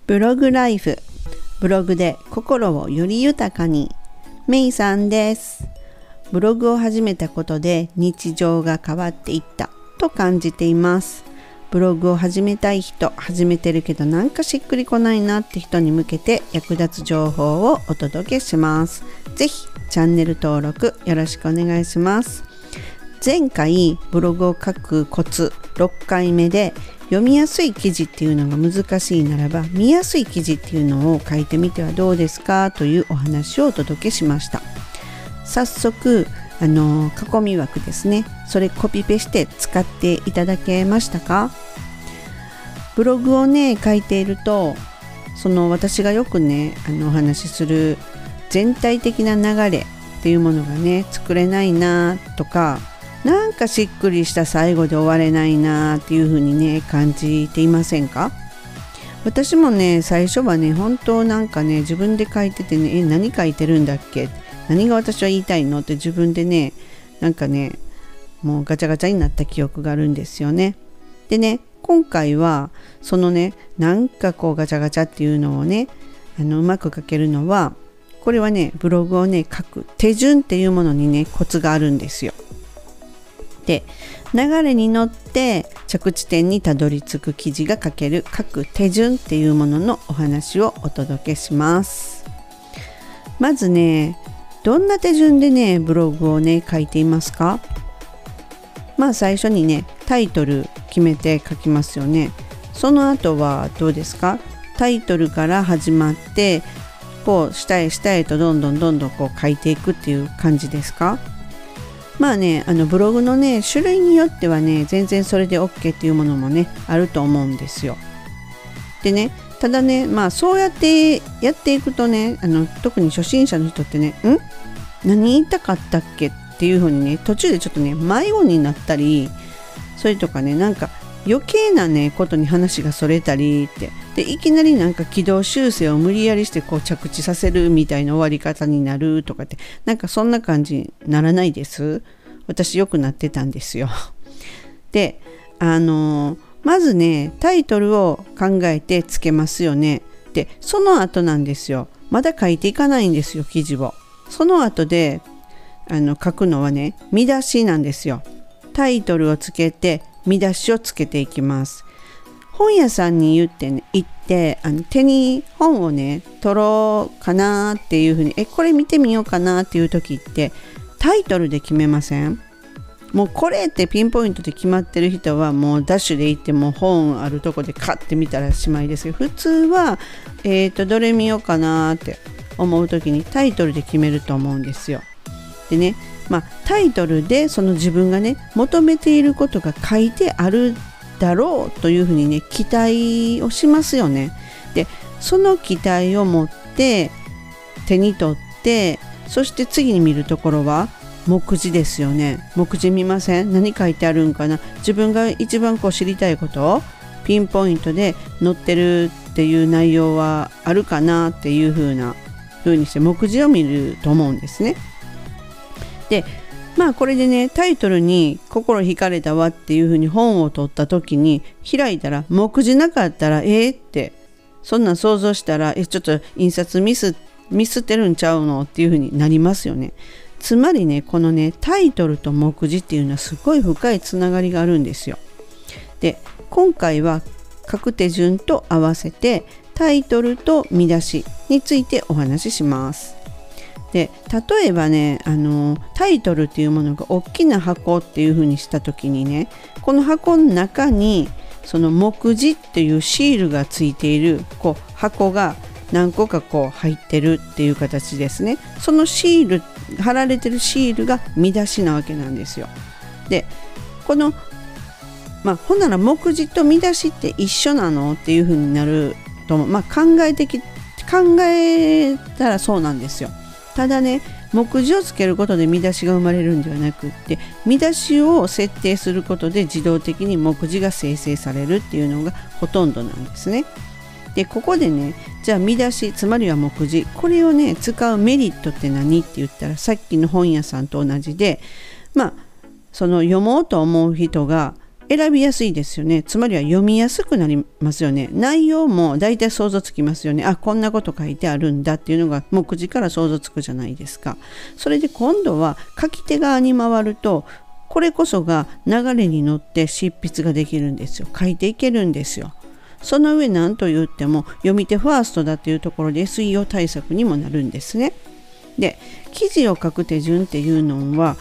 ブログライフ、ブログで心をより豊かに。メイさんです。ブログを始めたことで日常が変わっていったと感じています。ブログを始めたい人、始めてるけどなんかしっくりこないなって人に向けて役立つ情報をお届けします。ぜひチャンネル登録よろしくお願いします。前回ブログを書くコツ6回目で、読みやすい記事っていうのが難しいならば見やすい記事っていうのを書いてみてはどうですかというお話をお届けしました。早速囲み枠ですね、それコピペして使っていただけましたか？ブログをね書いていると、私がよくねお話しする全体的な流れっていうものがね作れないなとか、なんかしっくりした最後で終われないなっていう風にね感じていませんか？私もね最初はね本当なんかね自分で書いててね何書いてるんだっけ、何が私は言いたいのって自分でねなんかねもうガチャガチャになった記憶があるんですよね。でね今回はそのねなんかこうガチャガチャっていうのをねうまく書けるのは、これはねブログをね書く手順っていうものにねコツがあるんですよ。で流れに乗って着地点にたどり着く記事が書ける書く手順っていうもののお話をお届けします。まずねどんな手順でねブログをね書いていますか？最初にねタイトル決めて書きますよね。その後はどうですか？タイトルから始まってこう下へ下へとどんどんこう書いていくっていう感じですか？ブログのね種類によってはね全然それで OK っていうものもねあると思うんですよ。でねただねそうやってやっていくとね特に初心者の人ってね何言いたかったっけっていう風にね途中でちょっとね迷子になったり、それとかねなんか余計なねことに話がそれたりってでいきなりなんか軌道修正を無理やりしてこう着地させるみたいな終わり方になるとかってなんかそんな感じにならないです？私よくなってたんですよ。でまずねタイトルを考えてつけますよね。でその後なんですよ。まだ書いていかないんですよ記事を。その後で書くのはね見出しなんですよ。タイトルをつけて見出しをつけていきます。本屋さんに行って手に本をね取ろうかなっていうふうにこれ見てみようかなっていう時ってタイトルで決めません？もうこれってピンポイントで決まってる人はもうダッシュで行っても本あるとこでカッて見たらしまいですよ。普通はどれ見ようかなって思う時にタイトルで決めると思うんですよ。でねタイトルでその自分がね求めていることが書いてあるだろうというふうにね期待をしますよね。でその期待を持って手に取って、そして次に見るところは目次ですよね。目次見ません？何書いてあるんかな。自分が一番こう知りたいことをピンポイントで載ってるっていう内容はあるかなっていう風にして目次を見ると思うんですね。でこれでねタイトルに心惹かれたわっていう風に本を取った時に開いたら目次なかったらってそんなん想像したらちょっと印刷ミスってるんちゃうのっていう風になりますよね。つまりねこのねタイトルと目次っていうのはすごい深いつながりがあるんですよ。で今回は書く手順と合わせてタイトルと見出しについてお話しします。で例えばねタイトルっていうものが大きな箱っていう風にした時にね、この箱の中にその目次っていうシールがついているこう箱が何個かこう入ってるっていう形ですね。そのシール貼られてるシールが見出しなわけなんですよ。でこのほんなら目次と見出しって一緒なのっていう風になると思う。考えたらそうなんですよ。ただね目次をつけることで見出しが生まれるんではなくって、見出しを設定することで自動的に目次が生成されるっていうのがほとんどなんですね。でここでねじゃあ見出しつまりは目次、これをね使うメリットって何って言ったら、さっきの本屋さんと同じでその読もうと思う人が選びやすいですよね。つまりは読みやすくなりますよね。内容もだいたい想像つきますよね。あ、こんなこと書いてあるんだっていうのが目次から想像つくじゃないですか。それで今度は書き手側に回ると、これこそが流れに乗って執筆ができるんですよ。書いていけるんですよ。その上何と言っても読み手ファーストだというところで SEO 対策にもなるんですね。で、記事を書く手順っていうのは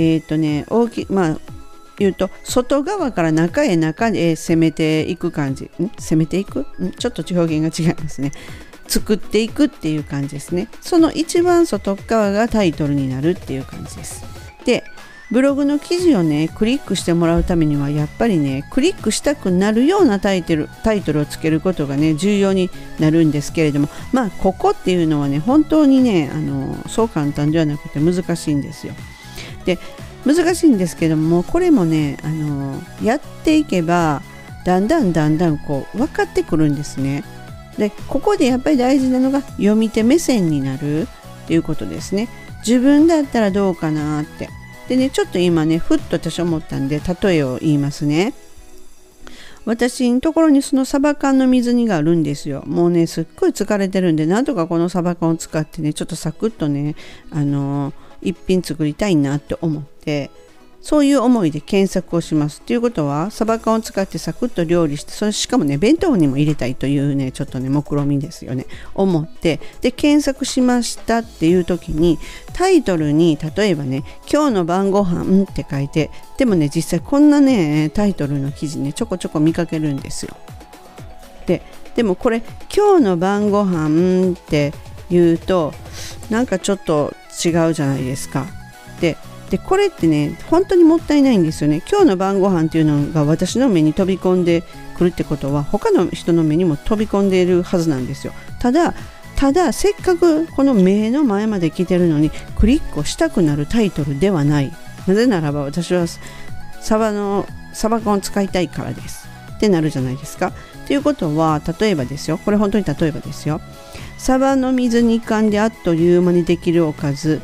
言うと外側から中へ攻めていく感じ。攻めていくちょっと表現が違いますね。作っていくっていう感じですね。その一番外側がタイトルになるっていう感じです。で、ブログの記事をねクリックしてもらうためにはやっぱりねクリックしたくなるようなタイトルをつけることがね重要になるんですけれども、ここっていうのはね本当にねそう簡単ではなくて難しいんですよ。で、難しいんですけども、これもねやっていけばだんだんこう分かってくるんですね。で、ここでやっぱり大事なのが読み手目線になるっていうことですね。自分だったらどうかなって。でね、ちょっと今ねふっと私思ったんで例えを言いますね。私のところにそのサバ缶の水煮があるんですよ。もうねすっごい疲れてるんで、なんとかこのサバ缶を使ってねちょっとサクッとね一品作りたいなって思って、そういう思いで検索をします。ということはサバ缶を使ってサクッと料理して、それしかもね弁当にも入れたいというねちょっとね目論見ですよね。思ってで検索しましたっていう時にタイトルに例えばね今日の晩ご飯って書いて、でもね実際こんなねタイトルの記事ねちょこちょこ見かけるんですよ。でもこれ今日の晩ご飯って言うとなんかちょっと違うじゃないですか。でこれってね本当にもったいないんですよね。今日の晩ご飯っていうのが私の目に飛び込んでくるってことは他の人の目にも飛び込んでいるはずなんですよ。ただせっかくこの目の前まで来てるのにクリックをしたくなるタイトルではない。なぜならば私はサバ缶を使いたいからですってなるじゃないですか。ということは例えばですよ、これ本当に例えばですよ、サバの水煮缶であっという間にできるおかず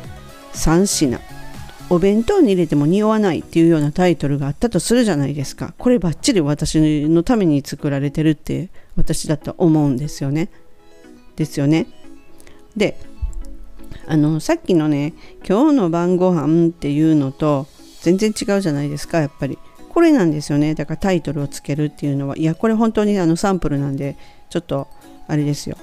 3品、お弁当に入れても匂わないっていうようなタイトルがあったとするじゃないですか。これバッチリ私のために作られてるって私だと思うんですよね。で、さっきのね今日の晩ご飯っていうのと全然違うじゃないですか。やっぱりこれなんですよね。だからタイトルをつけるっていうのは、いやこれ本当にサンプルなんでちょっとあれですよ、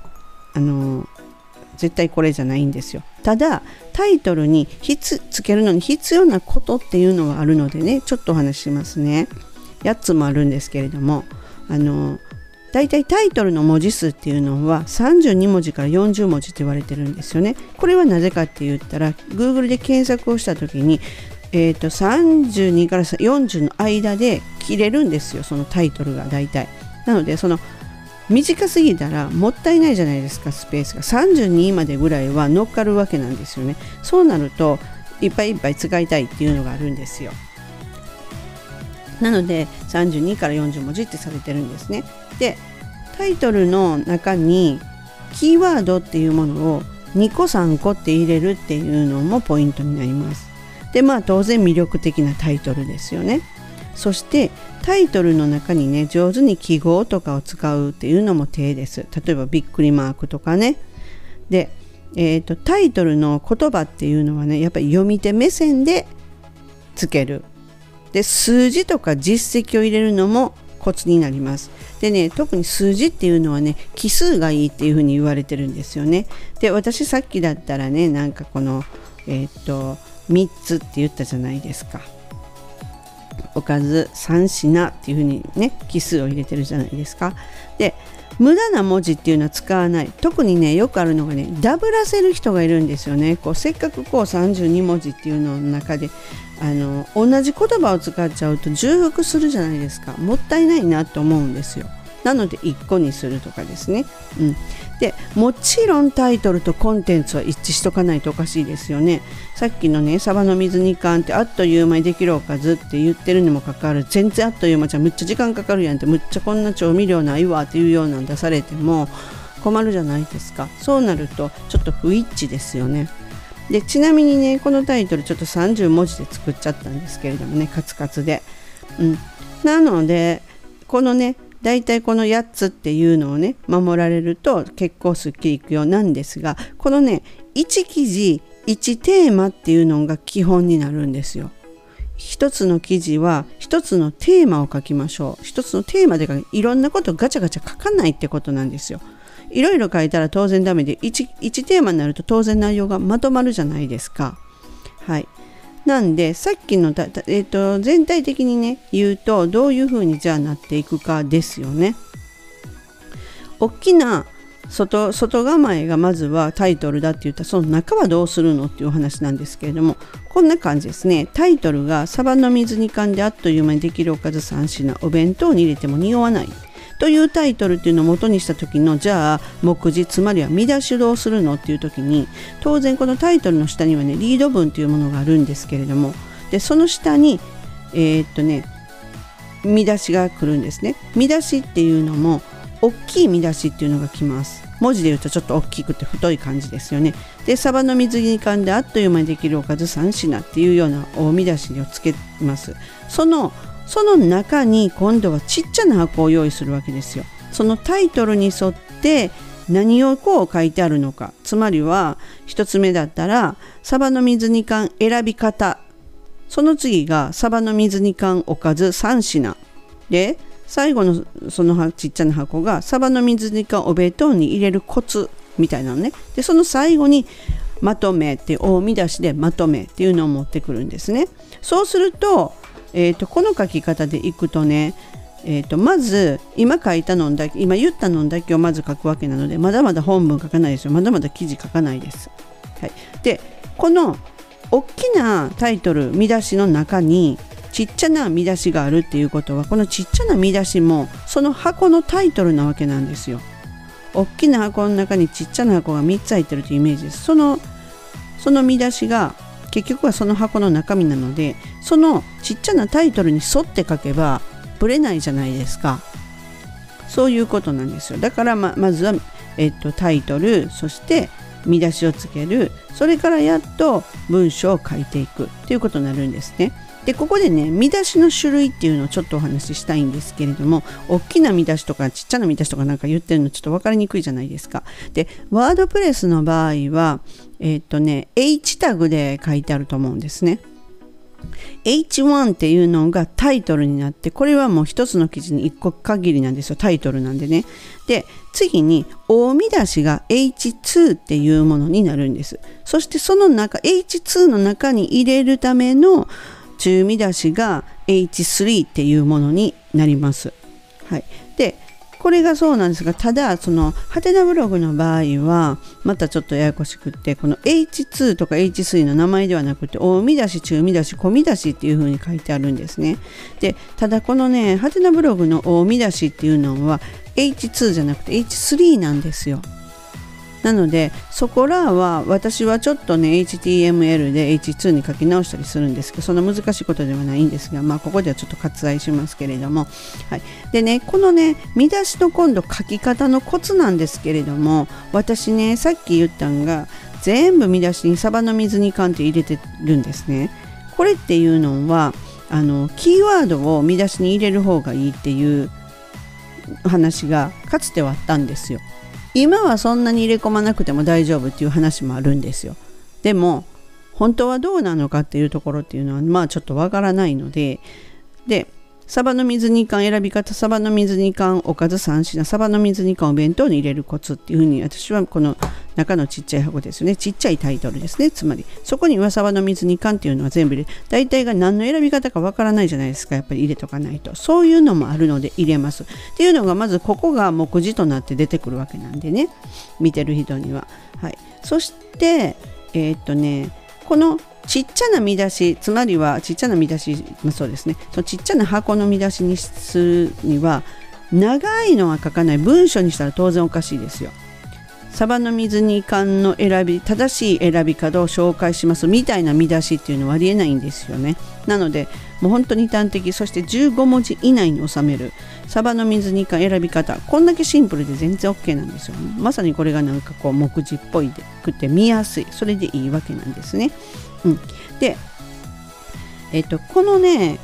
絶対これじゃないんですよ。ただタイトルにつけるのに必要なことっていうのがあるのでね、ちょっとお話ししますね。8つもあるんですけれども、だいたいタイトルの文字数っていうのは32文字から40文字って言われてるんですよね。これはなぜかって言ったら Google で検索をした時に、32から40の間で切れるんですよ、そのタイトルがだいたい。なのでその短すぎたらもったいないじゃないですか。スペースが32までぐらいは乗っかるわけなんですよね。そうなるといっぱいいっぱい使いたいっていうのがあるんですよ。なので32から40文字ってされてるんですね。で、タイトルの中にキーワードっていうものを2個3個って入れるっていうのもポイントになります。で、当然魅力的なタイトルですよね。そしてタイトルの中にね上手に記号とかを使うっていうのも手です。例えばびっくりマークとかね。で、タイトルの言葉っていうのはねやっぱり読み手目線でつける。で、数字とか実績を入れるのもコツになります。でね、特に数字っていうのはね奇数がいいっていうふうに言われてるんですよね。で、私さっきだったらねなんかこの3つって言ったじゃないですか。おかず3品っていう風にね奇数を入れてるじゃないですか。で、無駄な文字っていうのは使わない。特にねよくあるのがねダブらせる人がいるんですよね。せっかく32文字っていうのの中で同じ言葉を使っちゃうと重複するじゃないですか。もったいないなと思うんですよ。なので1個にするとかですね。で、もちろんタイトルとコンテンツは一致しとかないとおかしいですよね。さっきのねサバの水煮缶ってあっという間にできるおかずって言ってるにもかかわらず、全然あっという間じゃむっちゃ時間かかるやんって、むっちゃこんな調味料ないわっていうようなの出されても困るじゃないですか。そうなるとちょっと不一致ですよね。で、ちなみにねこのタイトルちょっと30文字で作っちゃったんですけれどもね、カツカツで、 なのでこのねだいたいこの8つっていうのをね守られると結構すっきりいくようなんですが、このね1記事1テーマっていうのが基本になるんですよ。一つの記事は一つのテーマを書きましょう。一つのテーマでいろんなことガチャガチャ書かないってことなんですよ。いろいろ書いたら当然ダメで 1テーマになると当然内容がまとまるじゃないですか。はい。なんでさっきの全体的にね言うとどういうふうにじゃあなっていくかですよね。大きな外構えがまずはタイトルだって言ったら、その中はどうするのっていう話なんですけれども、こんな感じですね。タイトルがサバの水煮缶であっという間にできるおかず3品、お弁当に入れても匂わないというタイトルっていうのを元にした時の、じゃあ目次つまりは見出しどうするのっていう時に、当然このタイトルの下にはねリード文というものがあるんですけれども、でその下に見出しが来るんですね。見出しっていうのも大きい見出しっていうのが来ます。文字で言うとちょっと大きくて太い感じですよね。でサバの水煮缶であっという間にできるおかず3品っていうような大見出しをつけます。その中に今度はちっちゃな箱を用意するわけですよ。そのタイトルに沿って何をこう書いてあるのか、つまりは一つ目だったらサバの水煮缶選び方、その次がサバの水煮缶おかず3品で、最後のそのちっちゃな箱がサバの水煮缶お弁当に入れるコツみたいなのね。でその最後にまとめって大見出しでまとめっていうのを持ってくるんですね。そうすると、この書き方でいくとね、まず今書いたのだけ、今言ったのだけをまず書くわけなので、まだまだ本文書かないですよ。まだまだ記事書かないです。はい、でこの大きなタイトル見出しの中にちっちゃな見出しがあるっていうことは、このちっちゃな見出しもその箱のタイトルなわけなんですよ。大きな箱の中にちっちゃな箱が3つ入ってるというイメージです。その見出しが結局はその箱の中身なので、そのちっちゃなタイトルに沿って書けばブレないじゃないですか。そういうことなんですよ。だから まずは、タイトル、そして見出しをつける、それからやっと文章を書いていくということになるんですね。でここでね見出しの種類っていうのをちょっとお話ししたいんですけれども、大きな見出しとかちっちゃな見出しとかなんか言ってるのちょっと分かりにくいじゃないですか。でワードプレスの場合はH タグで書いてあると思うんですね。H1 っていうのがタイトルになって、これはもう一つの記事に1個限りなんですよ。タイトルなんでね。で次に大見出しが H2 っていうものになるんです。そしてその中 H2 の中に入れるための中見出しが H3 っていうものになります。はい、でこれがそうなんですが、ただそのハテナブログの場合はまたちょっとややこしくって、この H2 とか H3 の名前ではなくて大見出し、中見出し、小見出しっていう風に書いてあるんですね。でただこのねハテナブログの大見出しっていうのは H2 じゃなくて H3 なんですよ。なのでそこらは私はちょっとね HTML で H2 に書き直したりするんですけど、そんな難しいことではないんですが、ここではちょっと割愛しますけれども、はい、でねこのね見出しの今度書き方のコツなんですけれども、私ねさっき言ったんが全部見出しにサバの水煮缶って入れてるんですね。これっていうのはキーワードを見出しに入れる方がいいっていう話がかつてはあったんですよ。今はそんなに入れ込まなくても大丈夫っていう話もあるんですよ。でも本当はどうなのかっていうところっていうのはちょっとわからないので、サバの水煮缶選び方、サバの水煮缶おかず3品、サバの水煮缶お弁当に入れるコツっていうふうに、私はこの中のちっちゃい箱ですよね、ちっちゃいタイトルですね。つまりそこにはサバの水煮缶っていうのは全部入れ、大体が何の選び方かわからないじゃないですか。やっぱり入れとかないと。そういうのもあるので入れますっていうのが、まずここが目次となって出てくるわけなんでね、見てる人には。はい、そしてこのちっちゃな見出し、つまりはちっちゃな見出し、そうですね、そのちっちゃな箱の見出しにするには長いのは書かない、文章にしたら当然おかしいですよ。サバの水煮缶の正しい選び方を紹介しますみたいな見出しっていうのはありえないんですよね。なのでもう本当に端的、そして15文字以内に収めるサバの水煮缶選び方、こんだけシンプルで全然 OK なんですよね。まさにこれがなんかこう目次っぽいでくて見やすい、それでいいわけなんですね。でこのね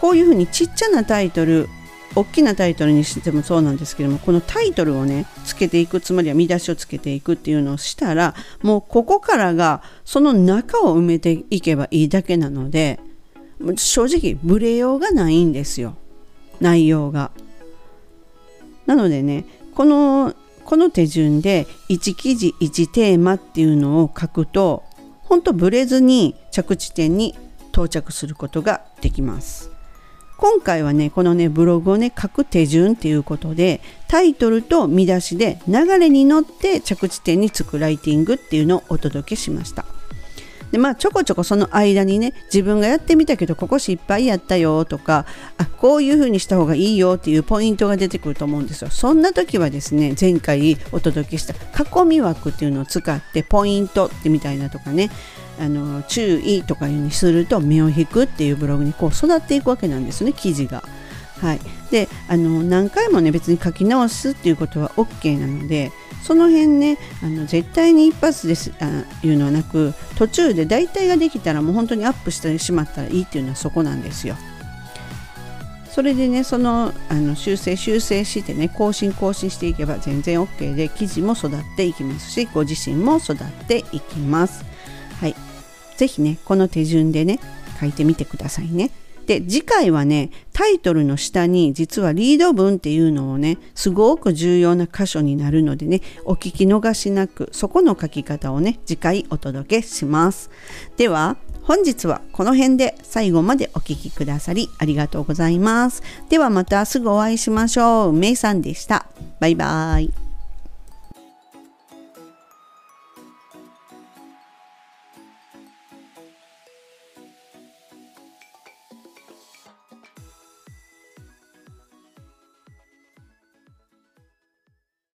こういうふうにちっちゃなタイトル、大きなタイトルにしてもそうなんですけども、このタイトルをねつけていく、つまりは見出しをつけていくっていうのをしたら、もうここからがその中を埋めていけばいいだけなので、正直ブレようがないんですよ、内容が。なのでね、この手順で1記事1テーマっていうのを書くと、ほんとブレずに着地点に到着することができます。今回はね、このねブログをね書く手順っていうことで、タイトルと見出しで流れに乗って着地点につくライティングっていうのをお届けしました。でちょこちょこその間にね、自分がやってみたけどここ失敗やったよとか、こういう風にした方がいいよっていうポイントが出てくると思うんですよ。そんな時はですね、前回お届けした囲み枠っていうのを使ってポイントってみたいなとかね、注意とかいうにすると目を引くっていうブログにこう育っていくわけなんですね、記事が。はい、で何回もね別に書き直すっていうことは OK なので、その辺ね絶対に一発ですいうのはなく、途中で大体ができたらもう本当にアップしてしまったらいいっていうのはそこなんですよ。それでね、修正してね、更新していけば全然 OK で、記事も育っていきますし、ご自身も育っていきます。はい、ぜひねこの手順でね書いてみてくださいね。で、次回はね、タイトルの下に実はリード文っていうのをね、すごく重要な箇所になるのでね、お聞き逃しなく、そこの書き方をね、次回お届けします。では、本日はこの辺で最後までお聞きくださりありがとうございます。ではまたすぐお会いしましょう。めいさんでした。バイバイ。